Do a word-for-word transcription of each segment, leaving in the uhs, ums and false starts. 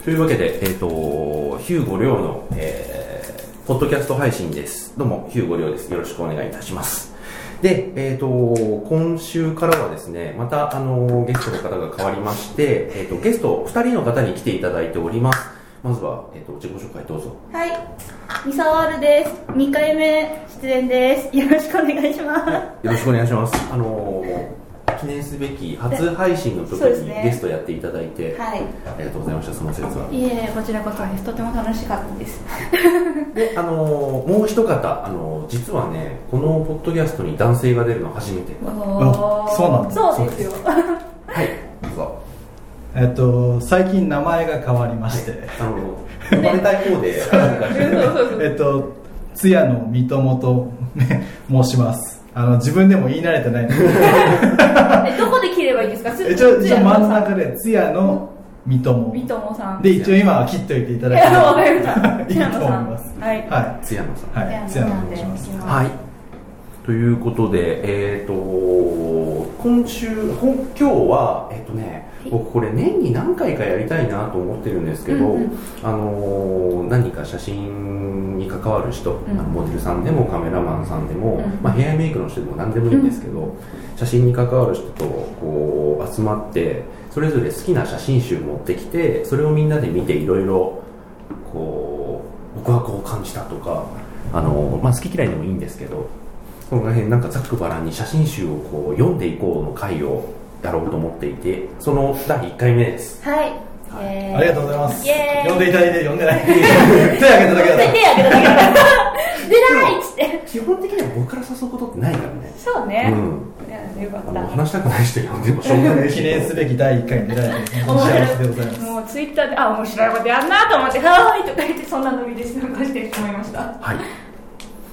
というわけで、えーと、ヒューゴリョウの、えー、ポッドキャスト配信です。どうも、ヒューゴリョウです。よろしくお願いいたします。で、えーと、今週からはですね、また、あの、ゲストの方が変わりまして、えーと、ゲストふたりの方に来ていただいております。まずは、えーと、自己紹介どうぞ。 はい、ミサワールです。にかいめ出演です。よろしくお願いします。 よろしくお願いします。あのー記念すべき初配信の時にゲストやっていただいて、はい、ありがとうございました。その説は。 いえ、こちらこそです。とても楽しかったです。 で、あのー、もう一方、あのー、実はね、このポッドキャストに男性が出るの初めて。 あ、そうなんです。 そうですよ。 はい、そう。 えっと最近名前が変わりまして、 あの呼ばれたい方で、 えっと津屋の三友と申します。あの自分でも言い慣れてないのでえ、どこで切ればいいですか？ 一応一応真ん中で津屋の三友三友さんで、一応今は切っといていただければいいと思います。 はい、 はい、 津屋野さん、 はい、津屋野と申します。 はい、ということで、えーと今週今今日はえっ、ー、とね僕これ年に何回かやりたいなと思ってるんですけど、うんうん、あのー、何か写真に関わる人、うん、あのモデルさんでもカメラマンさんでも、うんまあ、ヘアメイクの人でも何でもいいんですけど、うん、写真に関わる人とこう集まってそれぞれ好きな写真集持ってきてそれをみんなで見ていろいろこう僕はこう感じたとか、あのーまあ、好き嫌いでもいいんですけどこの辺なんかざっくばらんに写真集をこう読んでいこうの回をやろうと思っていて、そのだいいっかいめです。 はい、 はい、ありがとうございます。読んでいただいて読んでない手挙げただけだった。 手挙げただけだった出ないっつって基本的には僕から誘うことってないからね。 そうね、 うん、 よかった。 話したくない人呼んでもしょうがないし記念すべきだいいっかいに出られて幸せでございます。 もうツイッターであ面白いことやんなと思ってはーいとか言ってそんなノリで参加してしまいました。 はい。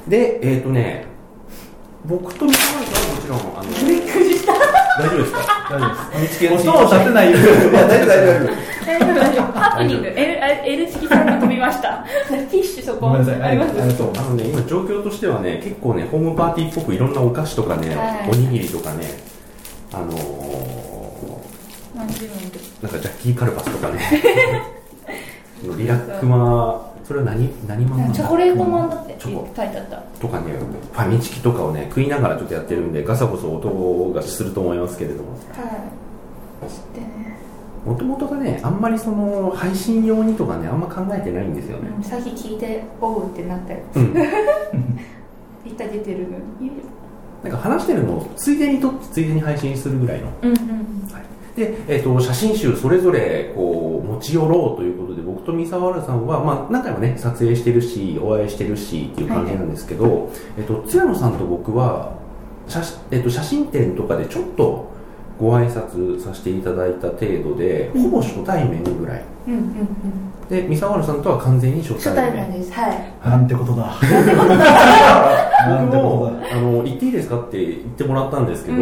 でえっ、ー、とね僕と三上さんはもちろんあのびっくりした大丈夫ですか？大丈夫です。 見つけ音を立てないように。 いや大丈夫大丈夫大丈夫大丈夫。ハプニング L, L 式さんが飛びました。ティッシュそこ。 ごめんなさい。ありがとうございます。 あのね今状況としてはね結構ねホームパーティーっぽくいろんなお菓子とかね、はい、おにぎりとかねあのー、なんかジャッキーカルパスとかねリラックマそれは何何マンチョコレートマンだって書いてあったとかねファミチキとかをね食いながらちょっとやってるんでガサゴソ音がすると思いますけれども、 はい知ってねもともとがねあんまりその配信用にとかねあんま考えてないんですよね、 うん、さっき聞いておうってなったよ、うん、いった出てるのになんか話してるのをついでに撮ってついでに配信するぐらいの、 うんうんはいでえー、と写真集それぞれこう持ち寄ろうということで僕と三沢原さんは、まあ、何回もね撮影してるしお会いしてるしっていう感じなんですけど、はいえー、と津山さんと僕は 写,、えー、と写真展とかでちょっとご挨拶させていただいた程度で、うん、ほぼ初対面ぐらい、 うんうんうん、 で三沢原さんとは完全に初対面、 初対面ですはいなんてことだなんてことだ僕もあの言っていいですかって言ってもらったんですけど、うん、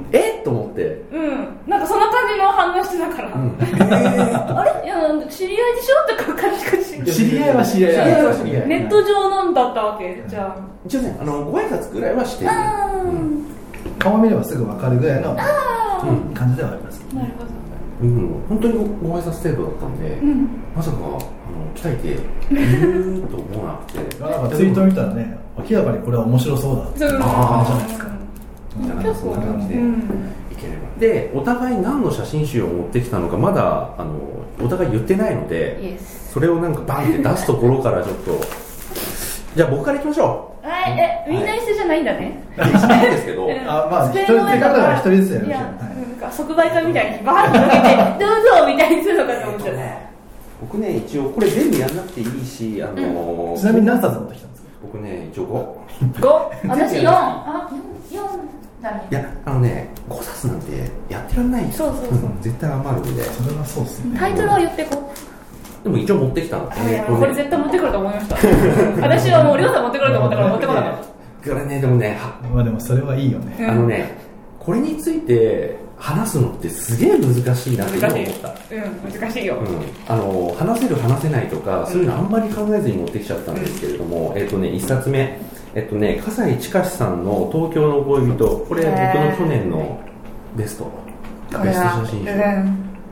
えっと思ってうんなんかそんな感じの反応してたから、うんえー、あれいや知り合いでしょとか感じかしら知り合いは知り合いは知り合いネット上なんだったわけじゃあ一応ねあのご挨拶ぐらいはしてる、うん、 顔見ればすぐ分かるぐらいの感じではあります、 なるほど、 うん、本当にご挨拶程度だったんで、うん、まさかあの来たいて言うと思わなくてなんかツイート見たらね明らかにこれは面白そうだっていう感じじゃないですか、 みたいなそんな感じで、うん、いければでお互い何の写真集を持ってきたのかまだあのお互い言ってないので、yes. それをなんかバンって出すところからちょっとじゃあ僕からいきましょうはい、え、みんな一緒じゃないんだね。 一緒なんですけどあ、まあ、一人で方が一人ずつやりましょう。いや、 なんか即売会みたいにバーッとかけてどうぞみたいにするのかと思っちゃう、ね、 僕ね、一応これ全部やんなくていいし、あのーうん、ちなみに何冊持ってきたんですか？ 僕ね、一応ごご? 私よんあ、よんだね。 いや、あのね、ごさつなんてやってらんないそうそうそう、 うん、絶対余るんでそれはそうっすね。 タイトルを言ってこうでも一応持ってきたの、 えー、これ絶対持ってくると思いました私はもうりょうさん持ってくると思ったから持ってこなかったこれね、でもねまあでもそれはいいよね、 うん、あのね、これについて話すのってすげえ難しいなって思った。 うん、難しいよ、 うん、あの話せる話せないとか、うん、そういうのあんまり考えずに持ってきちゃったんですけれども、うん、えっとね、いっさつめ、えっとね、笠井千佳さんの東京の恋人、これ僕の去年のベストベスト写真集、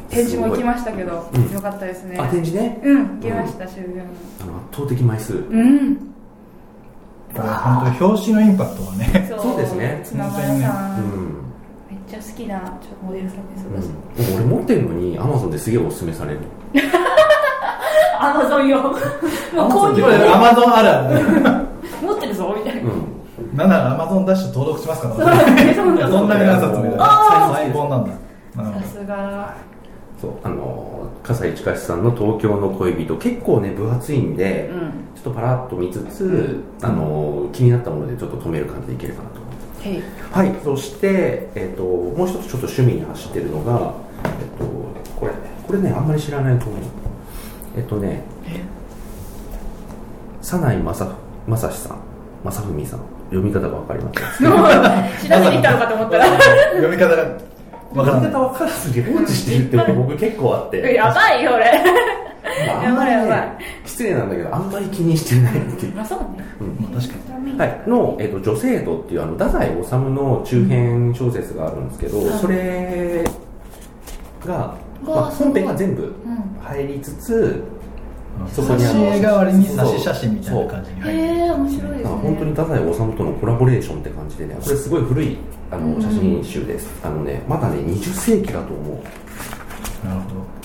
展示も行きましたけど、 うん、 よかったですね。 あ、展示ね。 うん、行きました、周辺。 あの圧倒的枚数。 うん。 これ本当に表紙のインパクトはね。 そう、 そうですね。 つながやさん、 うん、 めっちゃ好きなモデルさんです。 うん、俺持ってるのにアマゾンですげえおすすめされる。 アマゾン用。もうこういうアマゾンあるある。 持ってるぞみたいな。 うん。なんならアマゾンダッシュ登録しますから。 そんな皆さんと見たら最高なんだ。 さすが。 そうあの笠井親さんの東京の恋人結構ね分厚いんで、うん、ちょっとパラッと見つつ、うん、あの気になったものでちょっと止める感じでいけるかなと思って、はい、はい、そして、えーと、もう一つちょっと趣味に走ってるのが、えーと、これこれねあんまり知らないと思う。えっ、ー、とね早苗正正さん正文さん読み方が分かりません。 調べに行ったのかと思ったら読み方が分かり方分からずに放置してるってこと僕結構あってやばいよ俺やばいやばい失礼なんだけどあんまり気にしてないっていう。 まあそうね、 うん、 まあ、確かに、 はい、の、えーと、女性度っていうあの太宰治の中編小説があるんですけど、うん、それが、まあ、本編が全部入りつつ、 うん、そこにあの挿絵代わりに差し写真みたいな感じに入ってる。 へえ面白いですね。 本当に太宰治とのコラボレーションって感じでね、これすごい古いあの写真集です、うん、あのねまだねにじゅっせいきだと思う。 なる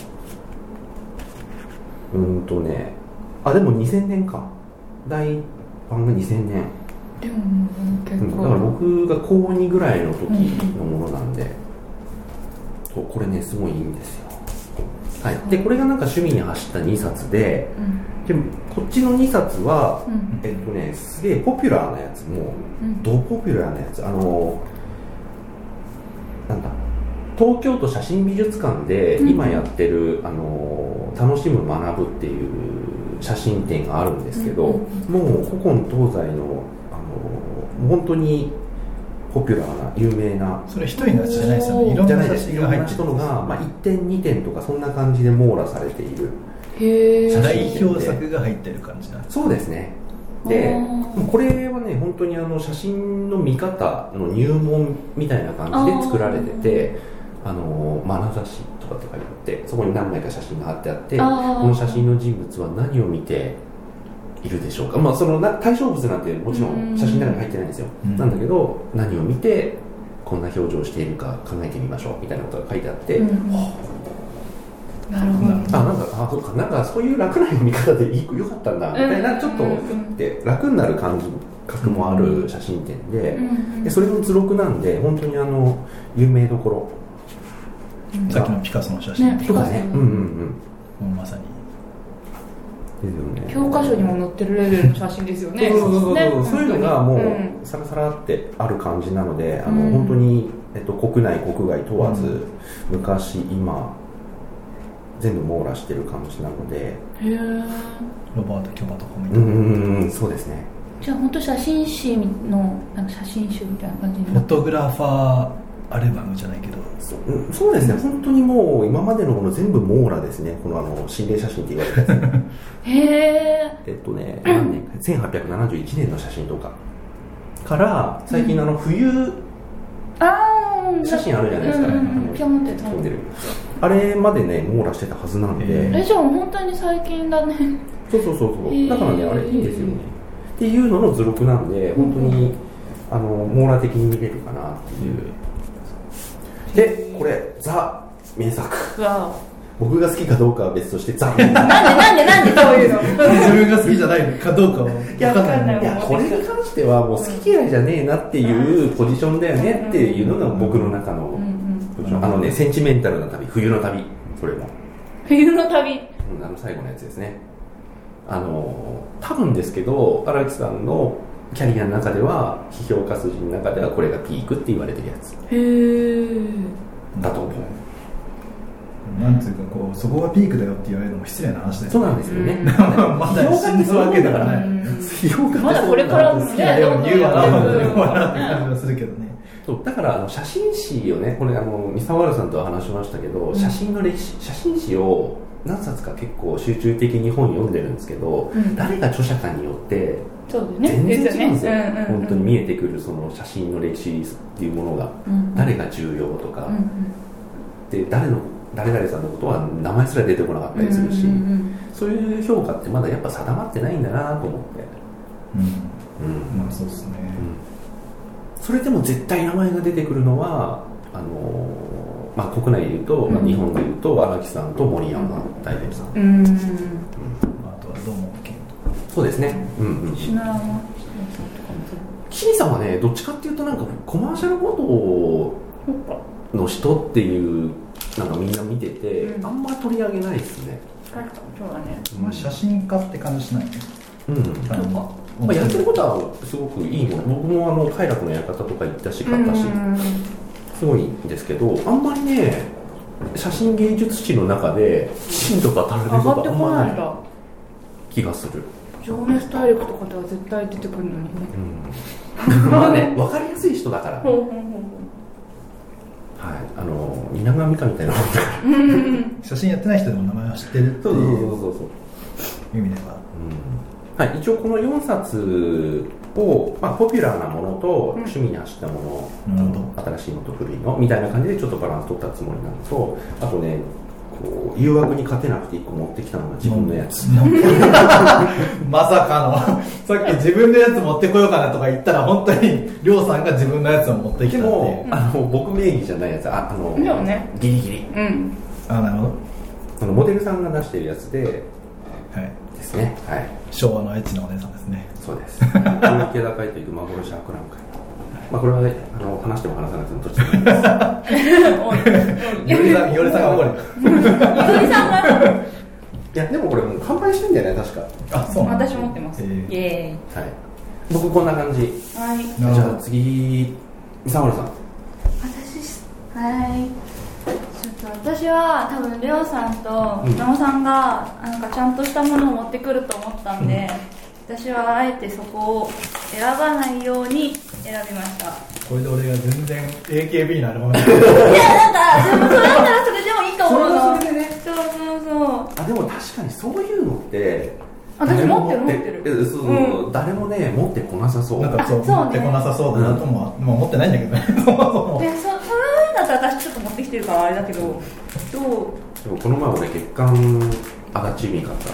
ほど。うんとねあでもにせんねんか第版がにせんねんでも結構、 うん、だから僕がこうにぐらいの時のものなんで、うん、これねすごいいいんですよ。はい、でこれがなんか趣味に走ったにさつで、うん、でもこっちのにさつは、うん、えっとねすげえポピュラーなやつも、うん、ドポピュラーなやつあのなんだ東京都写真美術館で今やってる、うん、あの楽しむ学ぶっていう写真展があるんですけど、うん、もう古今東西の、あの本当にポピュラーな有名なそれ一人のやつじゃないですよね。いろんな写真が入ってる人のが、まあ、いってんにてんとかそんな感じで網羅されている写真代表作が入ってる感じなんです。 そうですね。でこれはね本当にあの写真の見方の入門みたいな感じで作られててあの眼差しとかって書いてあってそこに何枚か写真が貼ってあってこの写真の人物は何を見ているでしょうか、まあ、その対象物なんてもちろん写真の中に入ってないんですよ、うん、なんだけど何を見てこんな表情をしているか考えてみましょうみたいなことが書いてあって、うん、 なるほど。 あ、なんか、あ、そうか、なんかそういう楽な読み方でいいよかったんだみたいな、ちょっとって楽になる感覚もある写真展で、でそれの図録なんで本当にあの有名どころ、 さっきのピカソの写真とかね、うんうんうん、 もうまさに教科書にも載ってるレベルの写真ですよね。 そうそうそうそう、ね、そういうのがもうサラサラってある感じなので、あの本当に、えっと、国内国外問わず、うん、昔今全部網羅してる感じなので。へえ。 ロバート・キョバとかもいた。 うんうんうん、そうですね。 じゃあ本当写真誌のなんか写真集みたいな感じにフォトグラファーアルバムじゃないけど、 そう、うん、そうですね、本当にもう今までのもの全部網羅ですね。このあの心霊写真って言われたやつへえ。 えっとね何年かせんはっぴゃくななじゅういちねんの写真とかから最近あの冬、うん、写真あるじゃないですか、ね、 ピョンって飛んでるあれまでね網羅してたはずなんで、 えじゃあ本当に最近だね。 そうそうそうそう、だからねあれいいんですよねっていうのの図録なんで本当に、うん、あの網羅的に見れるかなっていう、でこれザ名作、僕が好きかどうかは別としてザ名作なんでなんでなんでそういうの自分が好きじゃないかどうかは分かんない。 いやこれに関してはもう好き嫌いじゃねえなっていうポジションだよねっていうのが僕の中のポジション。あのねセンチメンタルな旅、冬の旅、それも冬の旅、 うん、あの最後のやつですね。あの多分ですけど荒木さんのキャリアの中では批評家筋の中ではこれがピークって言われてるやつへーだと思う。なんていうかこうそこがピークだよって言われるのも失礼な話だよね。 そうなんですよね。 まだ死ぬわけだからね。 まだこれから好きなように言うわなって感じはするけどね。 そうだからあの写真誌をねこれあの三沢原さんとは話しましたけど、うん、写真の歴史写真誌を何冊か結構集中的に本読んでるんですけど、うん、誰が著者かによって全然違うんですよ、ね、本当に見えてくるその写真の歴史っていうものが、うん、誰が重要とか、うん、で誰の誰々さんのことは名前すら出てこなかったりするし、 うんうんうん、 そういう評価ってまだやっぱ定まってないんだなと思って、 うんうん、まあそうですね、 うん、それでも絶対名前が出てくるのはあの、まあ、国内でいうと、まあ、日本でいうと荒木さんと森山大平さん、 うんうん、あとはどうもそうですね、うんうん、 篠山岸さんはねどっちかっていうとなんかコマーシャルフォトの人っていうなんかみんな見てて、うん、あんま取り上げないですね。 確かにそうだね、 まあ、写真家って感じしないね。 うん、まあ、やってることはすごくいいもの、僕もあの快楽のやり方とか行ったし買ったし、すごいんですけど、あんまりね写真芸術史の中できちんと語られることあんまない気がする。 情熱大陸とかでは絶対出てくるのにね、 うん、まあね分かりやすい人だからはい、あの蜷川美香みたいなもんだから写真やってない人でも名前は知ってるっていう意味では、 うん、はい、一応このよんさつを、まあ、ポピュラーなものと趣味に走ったもの、うん、新しいのと古いのみたいな感じでちょっとバランス取ったつもりなのと、あとねこう誘惑に勝てなくていっこ持ってきたのが自分のやつ、 まさかのさっき自分のやつ持ってこようかなとか言ったら本当にりょうさんが自分のやつを持ってきたっていう。でも、 うん、あの僕名義じゃないやつ、ああの、ね、ギリギリ、 うん、 あなるほど、 あのモデルさんが出してるやつで、 はい、 ですね、はい、 昭和のエッチなお姉さんですね。 そうです池田海という幻博覧会、まあ、これは、ね、あの話しても話さなくてもどっちでもいいですいおりさん、いおりさんが怒るいおりさんがいやでもこれもう販売してるんだよね確か。 あ、そうなんだ。 私持ってます、えー、イエーイ、 はい、僕こんな感じ、 はい、 じゃあ次三原さん。 私、はいちょっと私は多分レオさんと野野さんがなんかちゃんとしたものを持ってくると思ったんで、うん、私はあえてそこを選ばないように選びました。 これで俺が全然 エーケービー のアルバムいやなんかでもそれだったらそれでもいいと思うの。 それでね、 そうそうそう。 あでも確かにそういうのって私持ってる持ってる。 そうそう、うん、誰もね持ってこなさそう。 なんかそう、そうね、持ってこなさそうだなとも、うん、もう持ってないんだけどね。 えそそれだったら私ちょっと持ってきてるからあれだけど、どう？ でもこの前俺月刊足立美買った。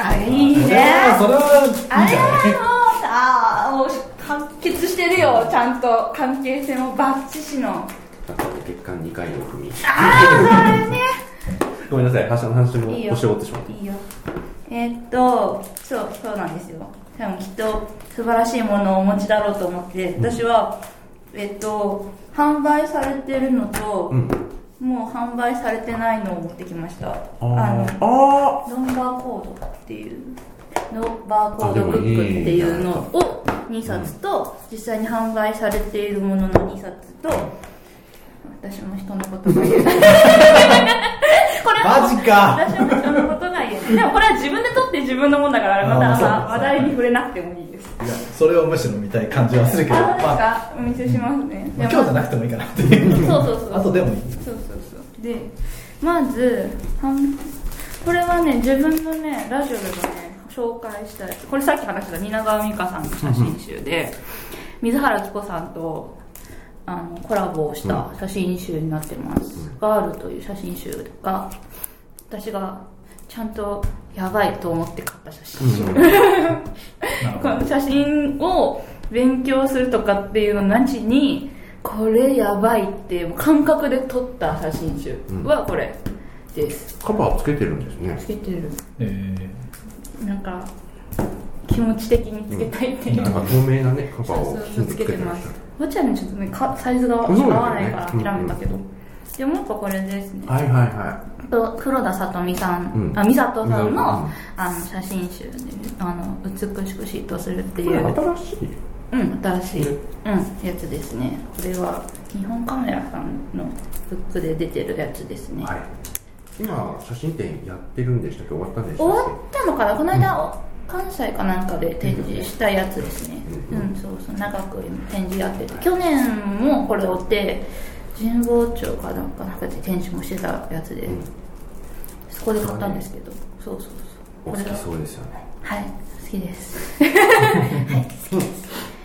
あいいね。 それはいいんじゃない？ あれはもうさ完結してるよ、ちゃんと関係性もバッチシの。 月刊にかいの組。 ああそれね。 ごめんなさい、発射の話も押し終わってしまって。 いいよ。えー、っとそうそうなんですよ。多分きっと素晴らしいものをお持ちだろうと思って、私は、うん、えー、っと販売されてるのと、うん、もう販売されてないのを持ってきました。あのあノンバーコードっていうのバーコードブックっていうのをにさつと、実際に販売されているもののにさつと、私も人のことが言えないこれマジか。 私も人のことが言えない。でもこれは自分で撮って自分のもんだから、また話題に触れなくてもいいです。 いやそれをむしろ見たい感じはするけど、 あ、ですか、お見せしますね、 まあ、今日じゃなくてもいいかなっていう。 そうそうそう、 あとでもいい。 そうそうそう。でまずこれはね、自分のねラジオでもね紹介したい、これさっき話した蜷川美香さんの写真集で水原希子さんとあのコラボをした写真集になってます、うん、ガールという写真集が私がちゃんとやばいと思って買った写真集、うん、この写真を勉強するとかっていうのなしに、これやばいっていう感覚で撮った写真集はこれです、 うん、カバーつけてるんですね。 つけてる、 えー、なんか気持ち的につけたいっていう、 うん、なんか透明なねカバーをつけてます。わちゃにちょっとねサイズが合わないから諦めたけど、うんうん、でもう一個これですね、 はいはいはい、 と黒田さとみさん、うん、あ美里さんの、うん、あの写真集であの美しく嫉妬するっていう、 新しいうん新しい、うん、やつですね。これは日本カメラさんのブックで出てるやつですね、はい、 今写真展やってるんでしたっけ？終わったんでしたっけ？ 終わったのかな、この間、うん、関西かなんかで展示したやつですね、うん、うん、そうそう、長く展示やってて、去年もこれを追って神保町かなんかなんかで展示もしてたやつで、うん、そこで買ったんですけど、そうそうそう、 お好きそうですよね。 はい、好きですはい、好きです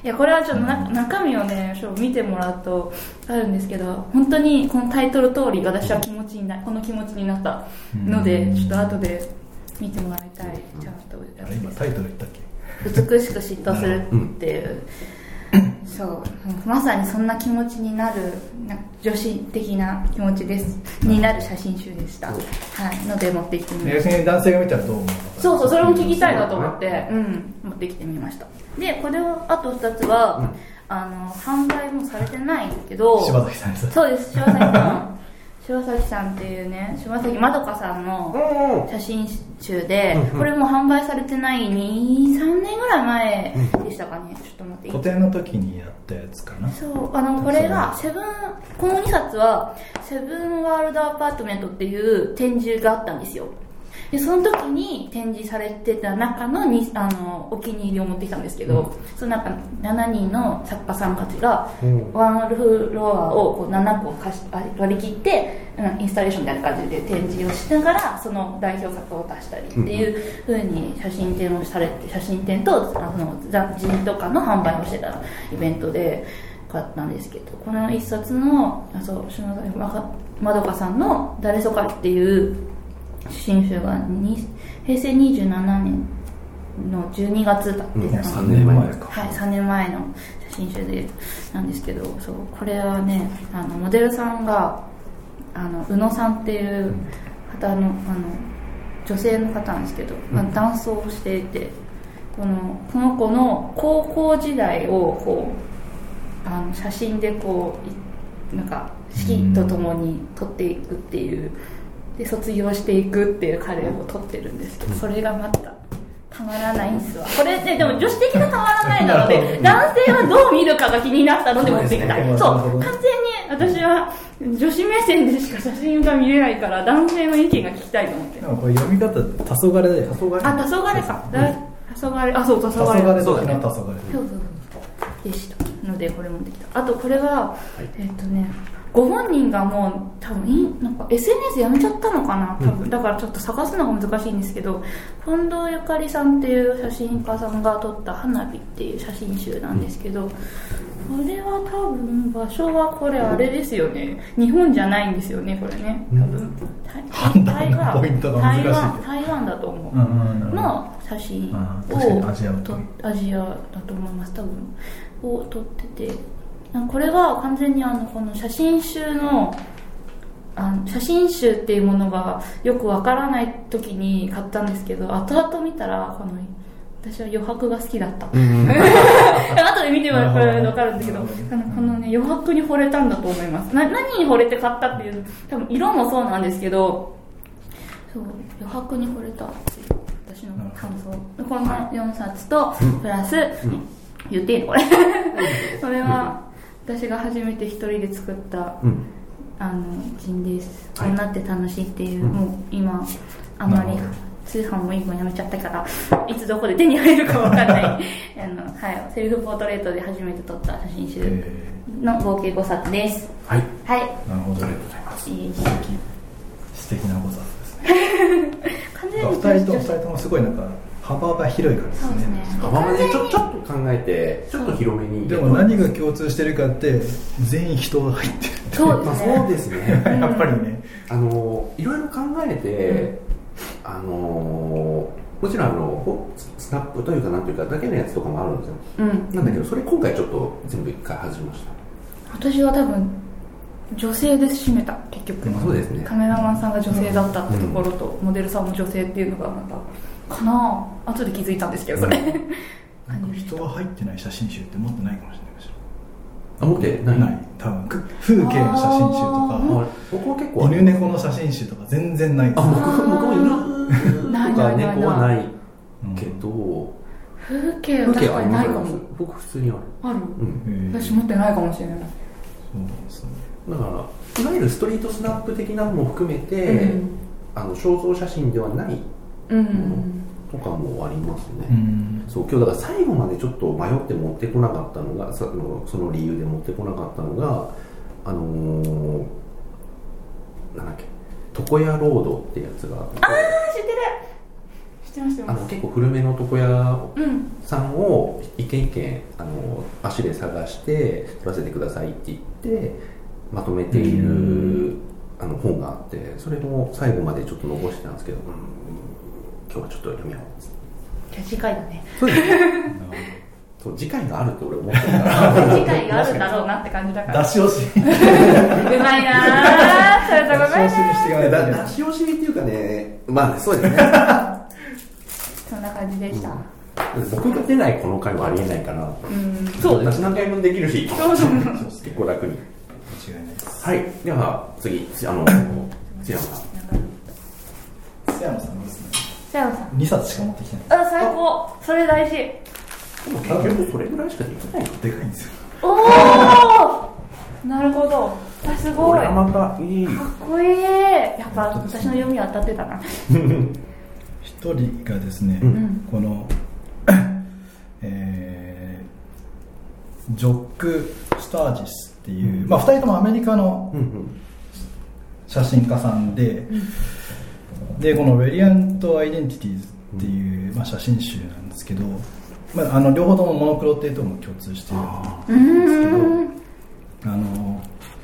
いやこれはちょっとな中身をねちょっと見てもらうとあるんですけど、本当にこのタイトル通り私は気持ちになこの気持ちになったので、ちょっと後で見てもらいたい。ちゃんとあれ今タイトル言ったっけ？ 美しく嫉妬するっていう、うん、そうまさにそんな気持ちになるな女子的な気持ちですになる写真集でした、はい、ので持ってきてみました。 逆に男性が見たらどう思うの？ そうそう、それも聞きたいなと思って、うん、持ってきてみました。でこれをあとふたつは、うん、あの販売もされてないんですけど、 柴崎さんです。 そうです、柴崎さん柴崎さんっていうね、柴崎まどかさんの写真集で、うんうん、これも販売されてないに、さんねんぐらい前でしたかね、うん、ちょっと待って。 個展の時にやったやつかな。 そう、あのこれがセブン、このにさつはセブンワールドアパートメントっていう展示があったんですよ。でその時に展示されてた中のにあのお気に入りを持ってきたんですけど、うん、その中しちにんの作家さんたちが、うん、ワンフロアをこうななこ貸し割り切って、うん、インスタレーションみたいな感じで展示をしながらその代表作を出したりっていう風に写真展をされて、写真展とあの雑誌とかの販売をしてたイベントで買ったんですけど、この一冊のあそうまどかさんの誰そかっていう写真集がへいせいにじゅうななねんのじゅうにがつだって、うん、 さんねんまえか、 はい、さんねんまえの写真集でなんですけど、そうこれはねあのモデルさんがあの宇野さんっていう方の、あの女性の方なんですけど、うん、ダンスをしていて、このこの子の高校時代をこうあの写真でこうなんか式とともに撮っていくっていう、で卒業していくっていう彼を撮ってるんですけど、それがまたたまらないんですわ。これねでも女子的なたまらないなので男性はどう見るかが気になったので持ってきたい。そう、完全に私は女子目線でしか写真が見れないから男性の意見が聞きたいと思って。 でもこれ読み方黄昏だよ。黄昏。 あ、黄昏か。黄昏、あ、そう黄昏。 黄昏時の黄昏。そうそうそうでしたのでこれ持ってきた。あとこれはえっとね。ご本人がもう多分なんか エスエヌエス やめちゃったのかな多分、うん、だからちょっと探すのが難しいんですけど、近藤ゆかりさんっていう写真家さんが撮った花火っていう写真集なんですけど、これは多分場所はこれあれですよね、日本じゃないんですよねこれね、多分台湾台湾台湾だと思う、うん、の写真をアジアとアジアだと思います多分を撮ってて、これは完全にあのこの写真集のあの写真集っていうものがよくわからない時に買ったんですけど、後々見たらこの私は余白が好きだった、うん、後で見てもらえば分かるんだけど、このね余白に惚れたんだと思います。な何に惚れて買ったっていう多分色もそうなんですけど、そう余白に惚れたっていう私の感想。このよんさつとプラス、うん、言っていいのこれこれは私が初めて一人で作った、うん、あの人です。こうなって楽しいっていう、うん、もう今あんまり通販もいいもやめちゃったからいつどこで手に入るかわかんないあの、はい、セルフポートレートで初めて撮った写真集の合計ごさつです。 はい、 はい、 なるほど、 ありがとうございます。 いい素敵素敵なごさつですね完全にふたりともふたりともすごいなんか幅が広いからですね。 そうですね、 幅までちょ、ちょっと考えてちょっと広めに。 でも何が共通してるかって全員人が入ってる。 そうですね、 まあ、そうですねやっぱりね、 あのいろいろ考えて、うん、あのもちろんあのスナップというかなんというかだけのやつとかもあるんですよ、うん、なんだけどそれ今回ちょっと全部一回外しました。 私は多分女性で締めた結局、 うん、そうですね、 カメラマンさんが女性だったってところと、うん、モデルさんも女性っていうのがまたかなあ、後で気づいたんですけどそれ、うん、 人が入ってない写真集って持ってないかもしれないですよ。 あ、持ってない、 ない多分風景の写真集とか僕は結構犬猫の写真集とか全然ないです。 あ、僕も犬とか猫はないけど風景は確かにないかも。 僕普通にあるある、うん、私持ってないかもしれない。 そうですね。 だからいわゆるストリートスナップ的なのも含めて、うん、あの肖像写真ではないものとかもありますね、うん、そう今日だから最後までちょっと迷って持ってこなかったのがその、その理由で持ってこなかったのがあのー、なんだっけ床屋ロードってやつがあって、 あー知ってる知っ知ってますよ。 あの結構古めの床屋さんを一軒一軒あの足で探して取らせてくださいって言ってまとめているあの本があって、それも最後までちょっと残してたんですけど、うん、今日はちょっと読みよう。 じゃあ次回だね。 そうですね。そう次回があるって俺思ってるから次回があるんだろうなって感じだから出し惜しうまいなぁそれとごめん出し惜しみしていかないとだ出し惜しみっていうかね、まあそうですねそんな感じでした、 うん、僕が出ないこの回もありえないから、 うん、そうです。 私何回分できるしそうそう結構楽に。 間違いないです。 はい、では次あの津山さん。 津山さんですね。 津山さんにさつしか持ってきてない。 あ、最高。それ大事。 でも結局それぐらいしかできないの。 でかいんですよ。 おおなるほど。あ、すごい。 これはまたいい。 かっこいい。やっぱ私の読み当たってたな。 一人がですね、 うん、 この、えー、ジョック・スタージスっていう、うん、まあふたりともアメリカの写真家さんで、うん、でこの「レディアント・アイデンティティーズ」っていう、まあ、写真集なんですけど、まあ、あの両方ともモノクロっていうところも共通しているんですけど、あの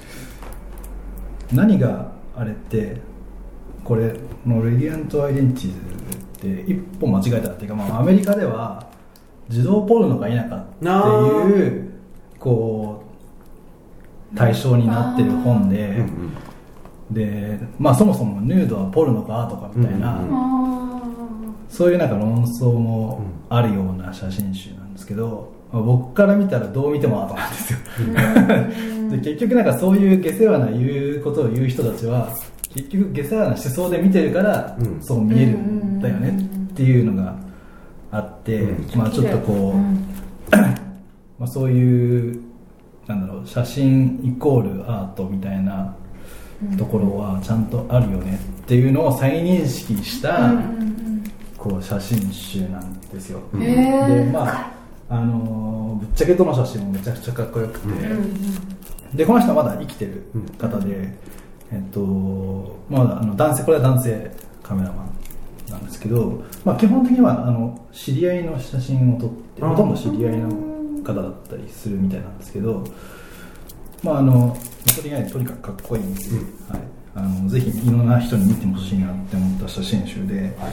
何があれってこれの「レディアント・アイデンティティーズ」って一歩間違えたっていうか、まあ、アメリカでは児童ポルノが否かっていうこう対象になってる本で、うんうん、で、まあ、そもそもヌードはポルノかとかみたいな、うんうん、そういうなんか論争もあるような写真集なんですけど、まあ、僕から見たらどう見てもアートなんですよで結局なんかそういう下世話な言うことを言う人たちは結局下世話な思想で見てるから、うん、そう見えるんだよねっていうのがあって、うん、まあちょっとこう、うんまあ、そういうなんだろう写真イコールアートみたいなところはちゃんとあるよねっていうのを再認識したこう写真集なんですよ。でまああのー、ぶっちゃけどの写真もめちゃくちゃかっこよくて、でこの人はまだ生きてる方で、えっとまあ、あの男性これは男性カメラマンなんですけど、まあ、基本的にはあの知り合いの写真を撮ってほとんど知り合いの方だったりするみたいなんですけど、まああのとりあえずとにかくかっこいいんですよ、うんはい、あのぜひいろんな人に見てほしいなって思った写真集で、はい、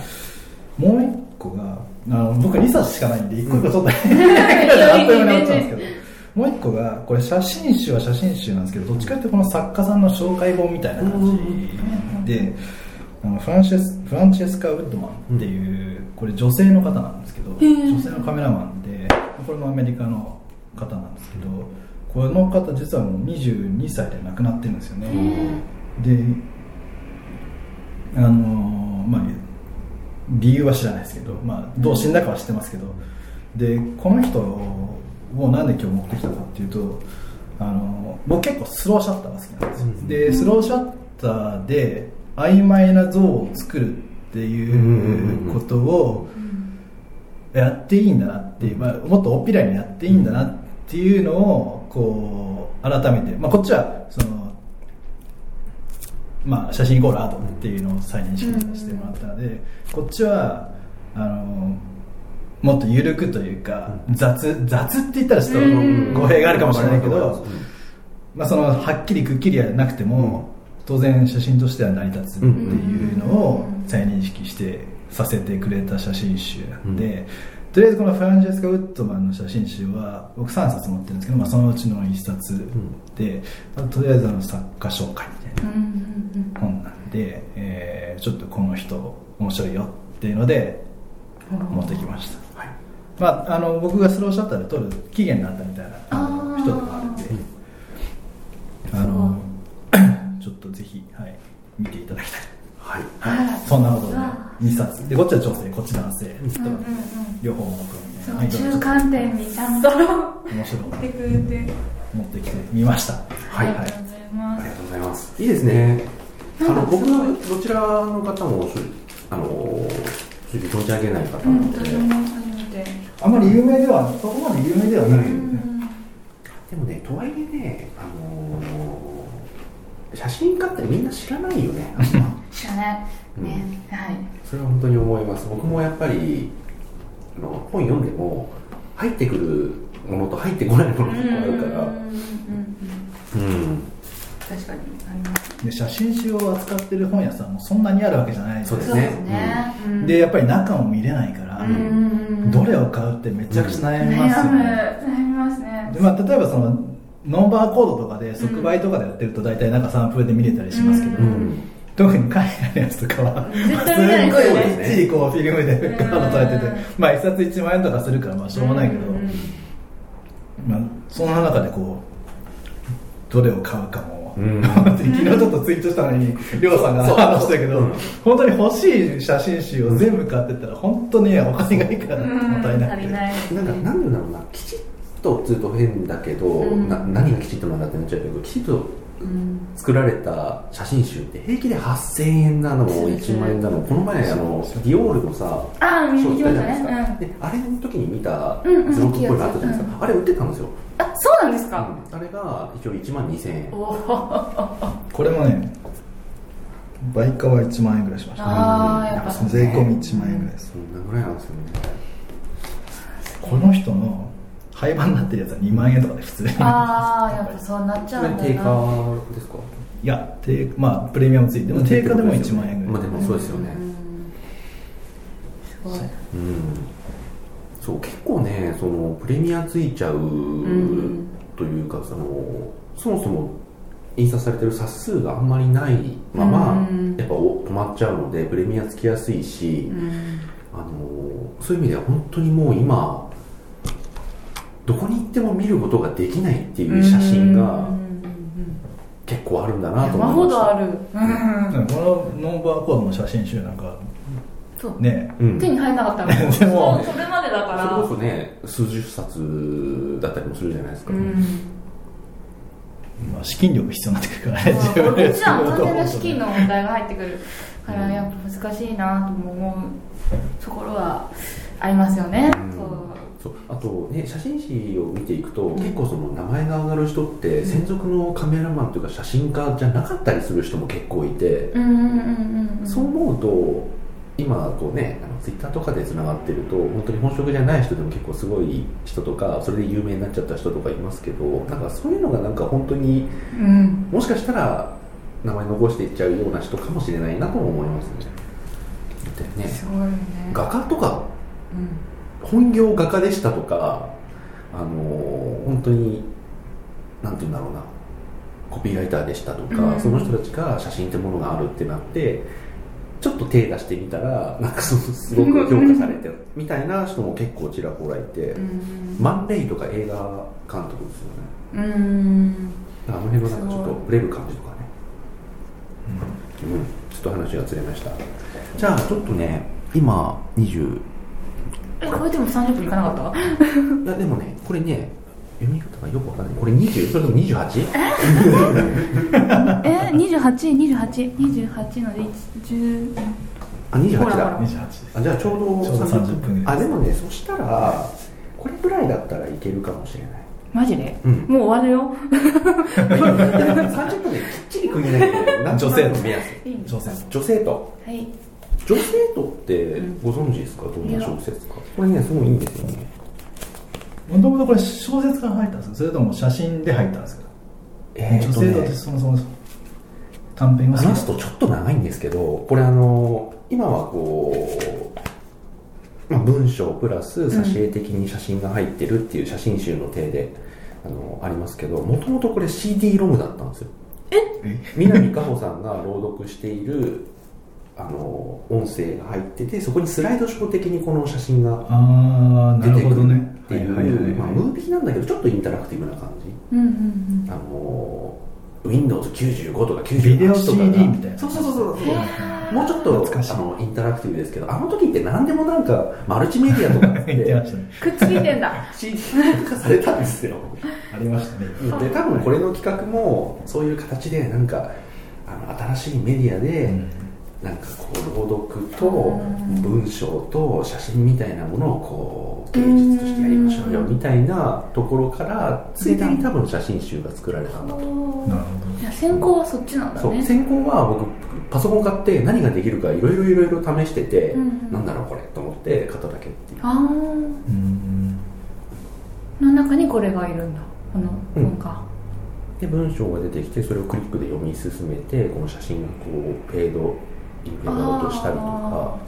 もう一個があの僕にさつしかないんで一個一個ちょっと、うん、あっという間になっちゃうんですけど、もう一個がこれ写真集は写真集なんですけど、どっちかというとこの作家さんの紹介本みたいな感じで、あのフランシェスフランチェスカ・ウッドマンっていうこれ女性の方なんですけど、女性のカメラマンでこれもアメリカの方なんですけど、この方実はもうにじゅうにさいで亡くなってるんですよね。であのまあ理由は知らないですけど、まあ、どう死んだかは知ってますけど、でこの人をなんで今日持ってきたかっていうと、あの僕結構スローシャッターが好きなんですよ、うん、でスローシャッターで曖昧な像を作るっていうことをやっていいんだなっていう、まあ、もっとおっぴらにやっていいんだなっていうのをこう改めて、まあ、こっちはその、まあ、写真イコールアートっていうのを再認識してもらったので、こっちはあのもっと緩くというか、雑雑って言ったらちょっと語弊があるかもしれないけど、まあ、そのはっきりくっきりはなくても当然写真としては成り立つっていうのを再認識してさせてくれた写真集なんで、とりあえずこのフランチェスカ・ウッドマンの写真集は僕さんさつ持ってるんですけど、まあ、そのうちのいっさつで、とりあえずあの作家紹介みたいな本なんで、えー、ちょっとこの人面白いよっていうので持ってきました、はい。まあ、あの僕がスローシャッターで撮る期限があったみたいな人でもあるんで、あのちょっとぜひ、はい、見ていただきたい、はいはい、そんなことでにさつで、こっちは女性こっち男性、うんうんうん、両方の僕みたいな中間点にちゃんと面白い持ってくれて持ってきてみました。 はい、はい、ありがとうございます。 ありがとうございます。いいですね。あの僕のどちらの方もあの存じ上げない方なので、うん、 あんまり有名ではそこまで有名ではない、うん、 でもね、とはいえね、あのー、写真家ってみんな知らないよね。 知らないね、うん、はい。 それは本当に思います。僕もやっぱりあの本読んでも入ってくるものと入ってこないもの結構あるから、うん、うん、 確かにあります。 で写真集を扱ってる本屋さんもそんなにあるわけじゃないですね。そうですね、 うん、でやっぱり中も見れないから、うん、どれを買うってめちゃくちゃ悩みますよね、 うん、悩みますね。 で、まあ、例えばそのノンバーコードとかで即売とかでやってると大体中さんぷんで見れたりしますけど、うん、特に海外のやつとかは絶対見ないですよね。 きっちりこうフィルムでカードされてて、まあ一冊いちまんえんとかするからまあしょうがないけど、まあ、その中でこうどれを買うかも、うん、昨日ちょっとツイートしたのにりょうさんが話したけど、うん、本当に欲しい写真集を全部買ってったら本当にお金がいいからもったいなくて、うん、 なんかなんだろうな、きちっとずっと変だけど、うん、な何がきちっとなんだってなっちゃうけど、きちっと作られた写真集って平気ではっせんえんなのもいちまんえんなのも、この前あのディオールのさあショーツじゃないですか、うん、であれの時に見たズロックっぽいのあったじゃないですか、うんうん、あれ売ってたんですよ。 あ、そうなんですか、 うん、あれが一応いちまんにせんえん。 これもね売価はいちまんえんぐらいしました、ね、 ああやっぱ税込みいちまんえんぐらいです、 そんなぐらいなんですよね。 この人の廃盤になってるやつはにまんえんとかで普通にああやっぱそうなっちゃうんだな。 定価ですか？ いや定、まあ、プレミアムついてでも定価でもいちまんえんぐらい、 まあ、でもそうですよね、 うん、すごい、 うん、そう結構ねそのプレミアついちゃうというか、そのそもそも印刷されてる冊数があんまりないまま、うん、やっぱ止まっちゃうのでプレミアつきやすいし、うん、あのそういう意味では本当にもう今どこに行っても見ることができないっていう写真が結構あるんだなと思いました。 山ほどある、うん、 このノンバーコードの写真集なんかそうね、 うん、手に入らなかったのでもそれまでだからそれこそね数十冊だったりもするじゃないですか、うん、 まあ、資金力必要になってくるからね。 こっちは完全な資金の問題が入ってくるからやっぱ難しいなとも思うところはありますよね、うん、そうそうあとね写真誌を見ていくと、うん、結構その名前が上がる人って専属のカメラマンというか写真家じゃなかったりする人も結構いて、うんうんうんうん、そう思うと今こうねあのツイッターとかでつながってると本当に本職じゃない人でも結構すごい人とかそれで有名になっちゃった人とかいますけど、なんかそういうのがなんか本当に、うん、もしかしたら名前残していっちゃうような人かもしれないなとも思いますね。でね、 すごいね、 画家とか、うん、本業画家でしたとかあの本当になんていうんだろうなコピーライターでしたとか、うん、その人たちが写真ってものがあるってなってちょっと手出してみたらなんかすごく評価されてるみたいな人も結構ちらほらいて、うん、マンレイとか映画監督ですよね、うん、あの辺のなんかちょっとブレる感じとかね、うんうん、ちょっと話がずれました。じゃあちょっとね今にじゅうえこれでもさんじゅっぷんいかなかったいやでもねこれね読み方がよくわかんないこれにじゅうそれとも にじゅうはち? えにじゅうはち、にじゅうはち、にじゅうはちのでじゅうあにじゅうはちだにじゅうはちです。 あじゃあちょうどさんじゅっぷんぐらい。 あでもねそしたらこれぐらいだったらいけるかもしれない。 マジで、うん、もう終わるよさんじゅっぷんできっちり区切らないと女性と目安女性女性とはい女性とってご存知ですか、うん、どんな小説か。これねすごいいいんですよね。 もともとこれ小説から入ったんですかそれとも写真で入ったんですか。えーとね、女性とってそもそも短編が話すとちょっと長いんですけどこれあの今はこう、まあ、文章プラス挿絵的に写真が入ってるっていう写真集の体で、うん、あのありますけどもともとこれ シーディー ロムだったんですよ。 え南果歩さんが朗読しているあの音声が入っててそこにスライドショー的にこの写真が出てくるっていうムービーなんだけどちょっとインタラクティブな感じ、うんうんうん、あの ウィンドウズきゅうじゅうご とかきゅうじゅうはちとかがビデオ シーディー みたいなそうそうそうそうもうちょっとあのインタラクティブですけどあの時って何でもなんかマルチメディアとかってくっついてんだシーディー 化されたんですよありましたね。 で多分これの企画もそういう形でなんかあの新しいメディアで、うんなんかこう朗読と文章と写真みたいなものをこう芸術としてやりましょうよみたいなところからついでに多分写真集が作られたんだと。なるほど。 いや先行はそっちなんだね。 そう先行は僕パソコン買って何ができるかいろいろいろいろ試してて、 うんうん、 なんだろうこれと思って買っただけっていう。 ああ、うんの中にこれがいるんだ、この文化、 うん、で文章が出てきてそれをクリックで読み進めてこの写真をこうフェードインフェードアウトしたりとか。なるほど。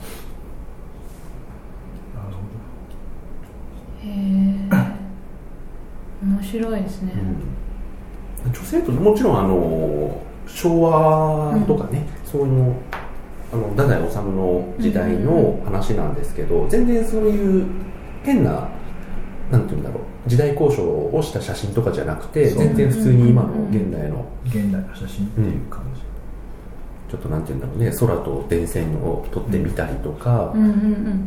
へえ面白いですね、 うん、女性ともちろんあの昭和とかね、うん、そういうのあの太宰治の時代の話なんですけど、うん、全然そういう変ななんていうんだろう時代交渉をした写真とかじゃなくて全然普通に今の現代の、 うん、現代の写真っていう感じ、 うん、ちょっとなんていうんだろうね空と電線を撮ってみたりとか、 うんうんうん、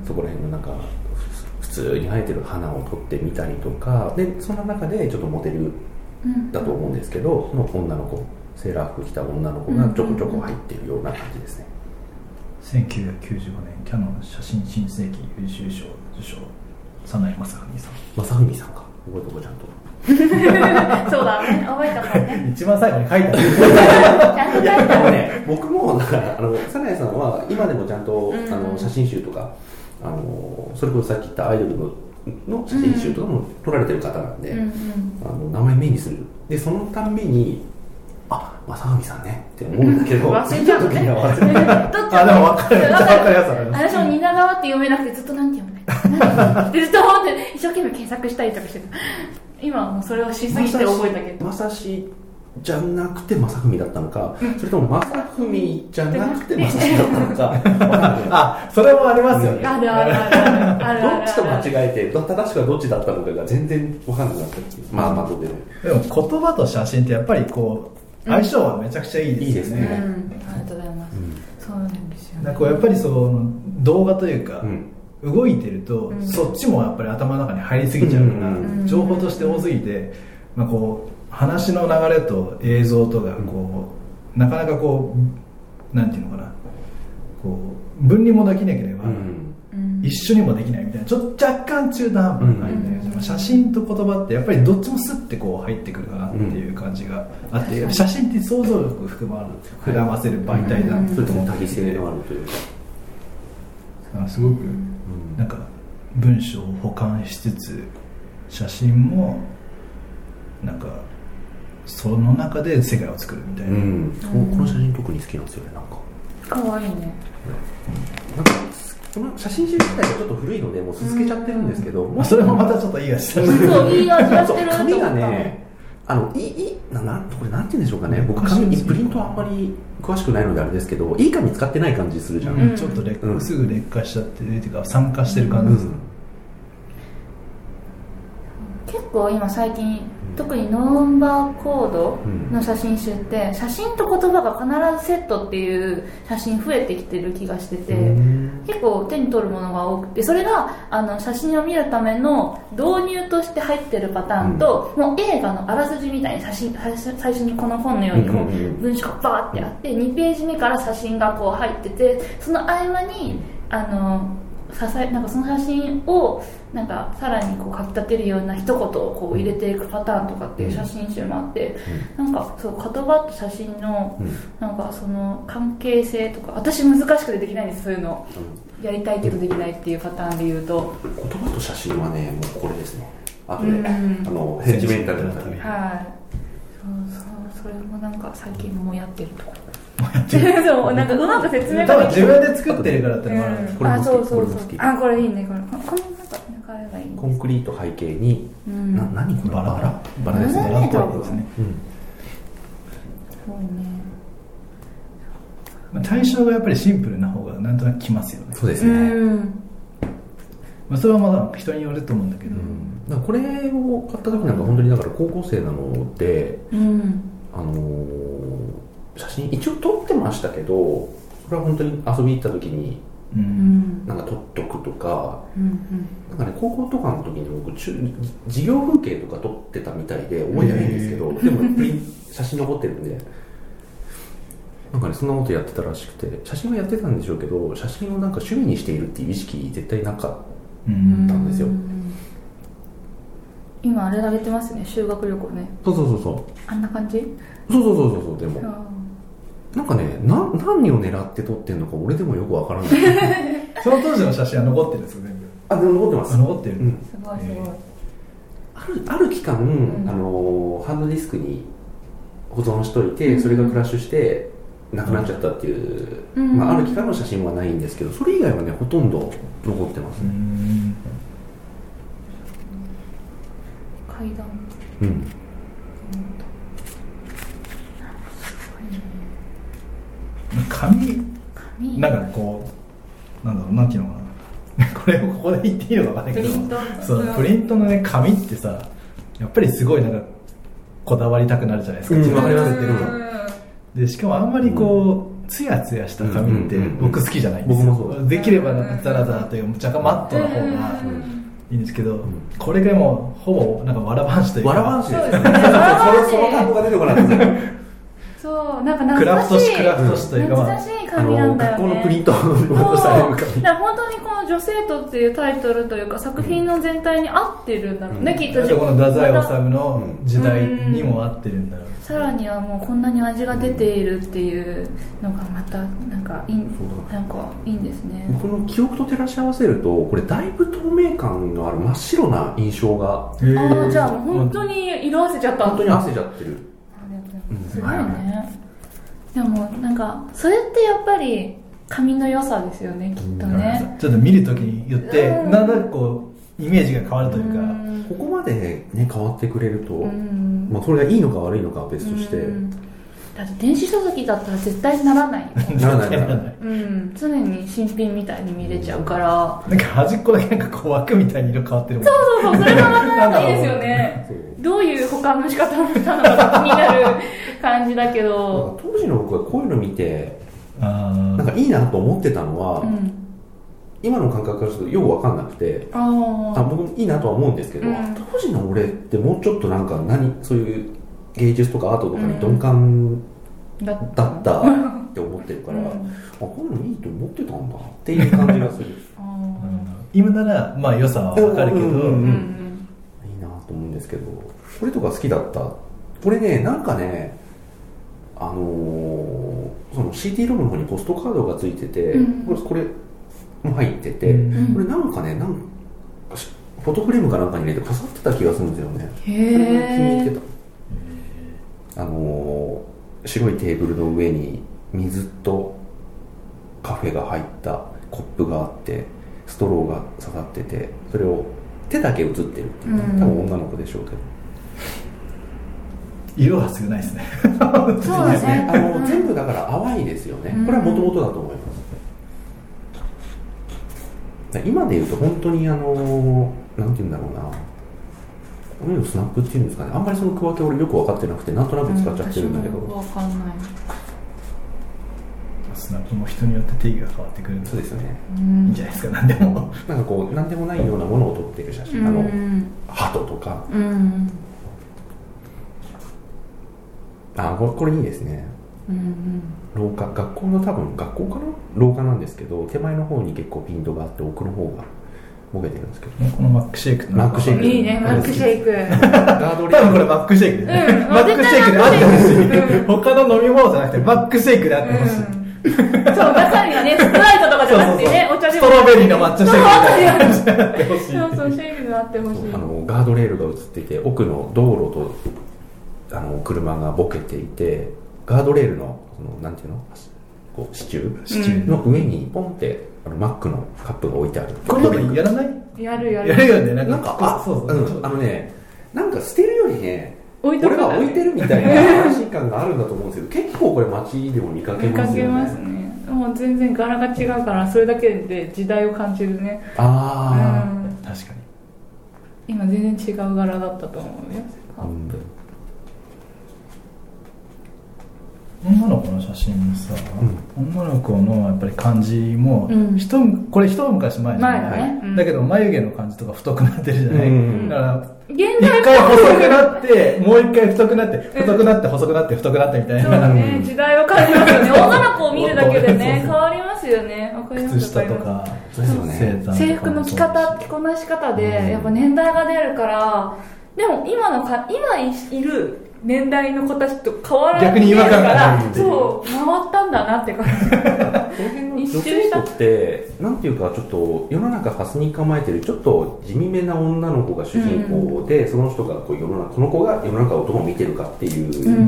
そこら辺のなんか普通に生えてる花を撮ってみたりとかでその中でちょっとモデルだと思うんですけど、うん、その女の子セーラー服着た女の子がちょこちょこ入っているような感じですね。 せんきゅうひゃくきゅうじゅうごねんキヤノン写真新世紀優秀賞受賞早苗正文さん。 正文さんか覚えとこうちゃんとそうだね覚えたもんね一番最後に書いてあるちゃんと書いてあるね。僕もだからあの早苗さんは今でもちゃんと、うん、あの写真集とかあのそれこそさっき言ったアイドルのの写真集とかも撮られてる方なんで、うんうん、あの名前目にするでそのたんびにあ正文さんねって思うんだけど忘れちゃうねあでも分かるめっちゃ分かりやすい私も蜷川って読めなくてずっとなんて読めないずっと思って一生懸命検索したりとかしてた今はもうそれをしすぎて覚えたけどまさしじゃなくて正文だったのか、うん、それとも正文じゃなくて正しだったのかあそれもありますよね、 うん、あるあるあるあるあるどっちと間違えて正しくはどっちだったのかが全然分かんなくなったっていうまあまあどうでもでも言葉と写真ってやっぱりこう相性はめちゃくちゃいいですよね、 うんうん、ありがとうございます、うん、そうなんですよね。 なんかこうやっぱりその動画というか、うん、動いてると、うん、そっちもやっぱり頭の中に入りすぎちゃうから、うん、情報として多すぎて、まあ、こう話の流れと映像とがこう、うん、なかなかこうなんていうのかなこう分離もできなければ、うん一緒にもできないみたいなちょっと若干中途半端な感じで、うん、写真と言葉ってやっぱりどっちもスッてこう入ってくるかなっていう感じがあって、うん、写真って想像力を含まる膨らませる媒体だなと思って、 多義性のあるというかすごくなんか文章を補完しつつ写真もなんかその中で世界を作るみたいな、うん、 この写真特に好きなんですよね。なんかかわいいね、 なんかこの写真集自体がちょっと古いのでもう続けちゃってるんですけど、 まあ、それもまたちょっといい味してるそういい味がしてる紙がねあのいいななこれなんて言うんでしょうかね僕紙プリントはあんまり詳しくないのであれですけどいい紙使ってない感じするじゃん、 うん、ちょっと劣、うん、すぐ劣化しちゃってるっていうか酸化してる感じです、うん、 結構今最近特にノンバーコードの写真集って写真と言葉が必ずセットっていう写真増えてきてる気がしてて、結構手に取るものが多くてそれがあの写真を見るための導入として入ってるパターンと、もう映画のあらすじみたいに写真最初にこの本のようにこう文章がバーってあってにページ目から写真がこう入っててその合間にあの支えなんかその写真をなんかさらにこう書き立てるような一言をこう入れていくパターンとかっていう写真集もあって、うん、なんかそう言葉と写真のなんかその関係性とか私難しくてできないんですそういうの、うん、やりたいけどできないっていうパターンで言うと言葉と写真はねもうこれですねあとで、うん、あのセンチメンタルな旅はいそうそうそれもなんか最近もやってるところそうなんかうまく説明ができる多分自分で作ってるからってのもある、うん、 これも好きあそうそうそうこれも好きあこれいいねこれこのなんか中身がいいコンクリート背景に、うん、な何これバラバラバラですねバラっぽいですね、うん、 そうね、 まあ、対象がやっぱりシンプルな方がなんとなくきますよねそうですね、うんまあ、それはまだ人によると思うんだけど、うん、 だからこれを買った時なんか本当にだから高校生なので、うん、あのー写真一応撮ってましたけどそれは本当に遊びに行った時に、うん、なんか撮っとくとか、うんうん、なんかね高校とかの時に僕中授業風景とか撮ってたみたいで覚えてないんですけどでもプリ写真残ってるんでなんかねそんなことやってたらしくて写真はやってたんでしょうけど写真をなんか趣味にしているっていう意識絶対なかったんですよ。 今あれ上げてますね修学旅行ねそうそうそうそうあんな感じそうそうそうそうでもなんかねな何を狙って撮ってんのか俺でもよくわからないその当時の写真は残ってるんですよ全部。 あ、でも残ってます。 残ってる、うん、 すごいすごい、えー、 ある、ある期間、うん、あのハンドディスクに保存しといて、それがクラッシュしてなくなっちゃったっていう、うん、まあ、ある期間の写真はないんですけど、それ以外はねほとんど残ってますね。うん、 階段、 うん、 紙なんかこうなんだろうなんていうのかなこれをここで言っていいのか分かんないけど、プリントそうプリントのね紙ってさやっぱりすごいなんかこだわりたくなるじゃないですか。 うん、分かります。 でしかもあんまりこうツヤツヤした紙って僕好きじゃないんですよ。僕もそうできればなんかザラザラという若干マットな方がいいんですけど、うん、これがもうほぼなんかわらばんしというかわらばんしですね。その単語が出てこなかった。 そうなんか懐かしいクラフト紙クラフト紙というか、 懐かしい紙なんだよね。 学校のプリントをされる紙。 だから本当にこの女生徒っていうタイトルというか作品の全体に合ってるんだろうね、うん、きっと。 この太宰治の時代にも合ってるんだろう、 うん、さらにはもうこんなに味が出ているっていうのがまたなんかいい、なんかいいんですね。 僕の記憶と照らし合わせるとこれだいぶ透明感のある真っ白な印象が。 ああ、じゃあもう本当に色あせちゃった。 本当にあせちゃってる。 すごいね。でもなんかそれってやっぱり紙の良さですよね、きっとね。 ちょっと見るときによってなんだかこうイメージが変わるというか、 ここまでね変わってくれると、まあそれがいいのか悪いのかは別として、 だって電子書籍だったら絶対ならないならないならない、 うん、常に新品みたいに見れちゃうから。 なんか端っこだけなんかこう枠みたいに色変わってるもん。 そうそうそう、それがまたなんかいいですよねどういう保管の仕方なのか気になる感じだけど当時の僕はこういうの見てあなんかいいなと思ってたのは、うん、今の感覚からするとよく分かんなくて、ああ僕もいいなとは思うんですけど、うん、当時の俺ってもうちょっとなんか何そういう芸術とかアートとかに鈍感だったって思ってるから、うん、あこういうのいいと思ってたんだっていう感じがする今ならまあ良さは分かるけど、うんうんうん、 いいなと思うんですけど、これとか好きだった。これねなんかねあのー、その シーディー ロムの方にポストカードがついてて、うん、これも入ってて、うん、これなんかねなんかフォトフレームかなんかに入れて飾ってた気がするんですよね。 へそれが気に入ってた。あのー、白いテーブルの上に水とカフェが入ったコップがあってストローが刺さってて、それを手だけ写ってるっていう、うん、多分女の子でしょうけど色は少ないですねそうですね。 あの全部だから淡いですよね。これはもともとだと思います。今でいうと本当にあのなんていうんだろうな、こういうのスナップっていうんですかね。あんまりその区分け俺よく分かってなくてなんとなく使っちゃってるんだけど、うん、 分かんない。 スナップも人によって定義が変わってくる。 そうですよね。 いいんじゃないですか。何でもなんかこう何でもないようなものを撮ってる写真、あの鳩とか、うん、あこれ、これいいですね、うんうん、廊下、学校の多分学校かな廊下なんですけど手前の方に結構ピントがあって奥の方がボケてるんですけど、 このマックシェイクマックシェイクいいね。マックシェイクガードレール多分これマックシェイクで、ね、うん、マックシェイクであってほしい、うん、他の飲み物じゃなくてマックシェイクであってほしい、うん、 そう中身はねスプライトとかじゃなくてね、お茶でもストロベリーの抹茶シェイクであってほしいそうそうシェイクであってほしい。 あのガードレールが映っていて奥の道路とあの車がボケていて、ガードレールのそのなんていうのこう支柱支柱の上にポンってあのマックのカップが置いてある。 これなんかやらない？ やるやるやるよね。なんか、 なんかあそうそう、うん、あのねなんか捨てるよりね置いとく俺が置いてるみたいな安心感があるんだと思うんですけど結構これ街でも見かけますよね。 見かけますね。もう全然柄が違うからそれだけで時代を感じるね。 ああ、うん、 確かに今全然違う柄だったと思うよ。カップ、 うん、女の子の写真さ、うん、女の子のやっぱり感じも、うん、一これ一昔前じゃない、 前だね、うん、 だけど眉毛の感じとか太くなってるじゃない、うん、だから一回細くなってもう一回太くなって太くなって細くなって太くなってみたいな、 そうだね、時代を感じますよね。女の子を見るだけでね変わりますよね。わかります。 靴下とかそうそう、ね、制服の着方着こなし方で、うん、やっぱ年代が出るから。ででも今のか今いる年代の子たちと変わらない逆に違和感がないそう回ったんだなって感じ。 この辺の女性とってなんていうかちょっと世の中ハスに構えてるちょっと地味めな女の子が主人公で、うん、その人がこう世の中この子が世の中をどう見てるかっていう、うん、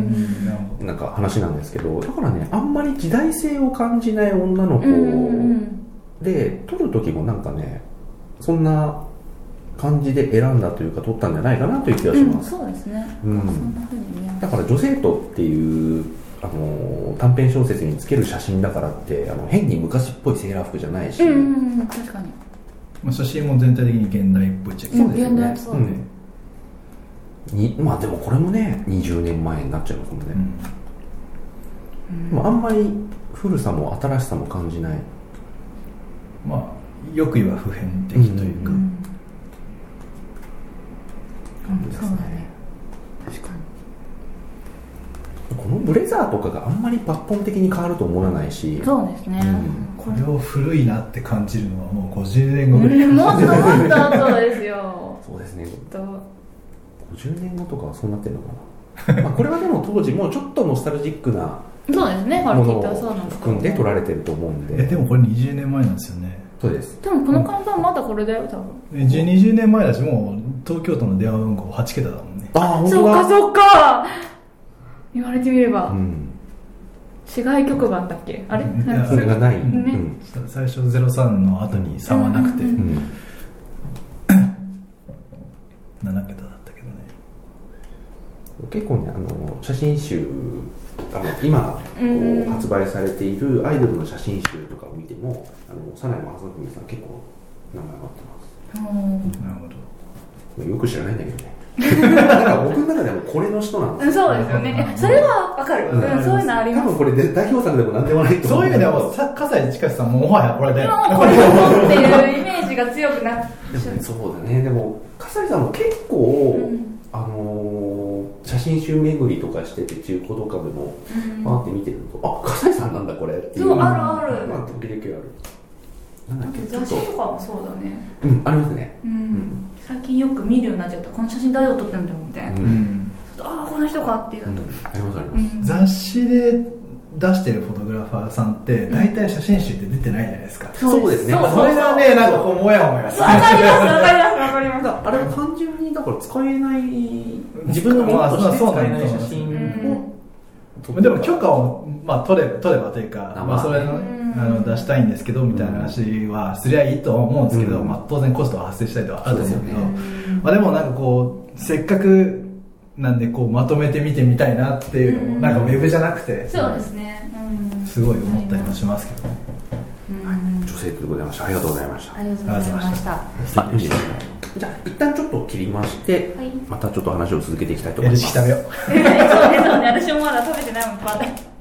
なんか話なんですけど、だからねあんまり時代性を感じない女の子で撮る時もなんかねそんな感じで選んだというか撮ったんじゃないかなという気がします、 うん、そうですね、 うん、そんな風に見えます。だから女性とっていうあの短編小説につける写真だからってあの変に昔っぽいセーラー服じゃないし、 うんうん、確かに、 まあ、写真も全体的に現代っぽいっちゃそうですよね、そうね、 うん、にまあでもこれもねにじゅうねんまえになっちゃいますもんね、うん、まあ、あんまり古さも新しさも感じない、 まあよく言えば普遍的というか、うんうんうん、そうだね、確かに。 このブレザーとかがあんまり抜本的に変わると思わないし、 そうですね、 うん、これを古いなって感じるのはもうごじゅうねんごぐらい、 うん、もっともっと後ですよ。 そうですね、ごじゅうねんごとかはそうなってるのかな。まあこれはでも当時もうちょっとノスタルジックなそうですね、 ものを含んで撮られてると思うんで。 えでもこれにじゅうねんまえなんですよね。 そうです。 でもこの看板まだこれだよ多分。 にじゅうねんまえだしもう東京都の電話番号はち桁だもんね。 ああ本当だ。 そうかそうか。言われてみれば、うん、市外局番だっけあれ、 それがない、ね、うん、最初ゼロさんの後にさんはなくて、うんうん、なな桁だったけどね。 結構ねあの写真集あの今こう発売されているアイドルの写真集とかを見てもあの早苗正文さん結構名前があってます。なるほど。よく知らないんだけどね。なんか僕の中でもこれの人なんですよ。 そうですよね。それはわかる、うんうん、そういうのあります。 多分これで代表作でもなんでもないと思う。 そういう意味では笠井千佳さんももはやこれでもうこれっていうイメージが強くなってでも、ね、そうだね。でも笠井さんも結構、うん、あのー、写真集巡りとかしてて中古とかでもパーって見てると、うん、あ笠井さんなんだこれっていう。 そうあるある。 まあ時々ある。 なんだっけ雑誌とかもそうだね。 うんありますね。 うん。うん最近よく見るようになっちゃった。この写真誰を撮ってるんだろうみたいな、うん、ああこの人かっていう、うん、ありますあります、 うん、雑誌で出してるフォトグラファーさんって大体写真集って出てないじゃないですか、 うん、そうですね。 それがねなんかこうもやもやする。 わかりますわかりますわかります。 あれは単純にだから使えない自分のものとして使えない写真を、 うん、でも許可を、まあ、取れば取ればというか、まあ、それのあの出したいんですけどみたいな話はすりゃいいと思うんですけど、うんまあ、当然コストは発生したりとかあると思うけど、ねまあ、でもなんかこうせっかくなんでこうまとめて見てみたいなっていうのも、うん、なんかウェブじゃなくてそうですね、うん、 すごい思ったりもしますけどね、 うんはい、女性でございました。ありがとうございました。 ありがとうございました。 あいいですね。じゃあ一旦ちょっと切りまして、はい、またちょっと話を続けていきたいと思います。 食べよう。 そうですよね。私もまだ食べてないもん。まだ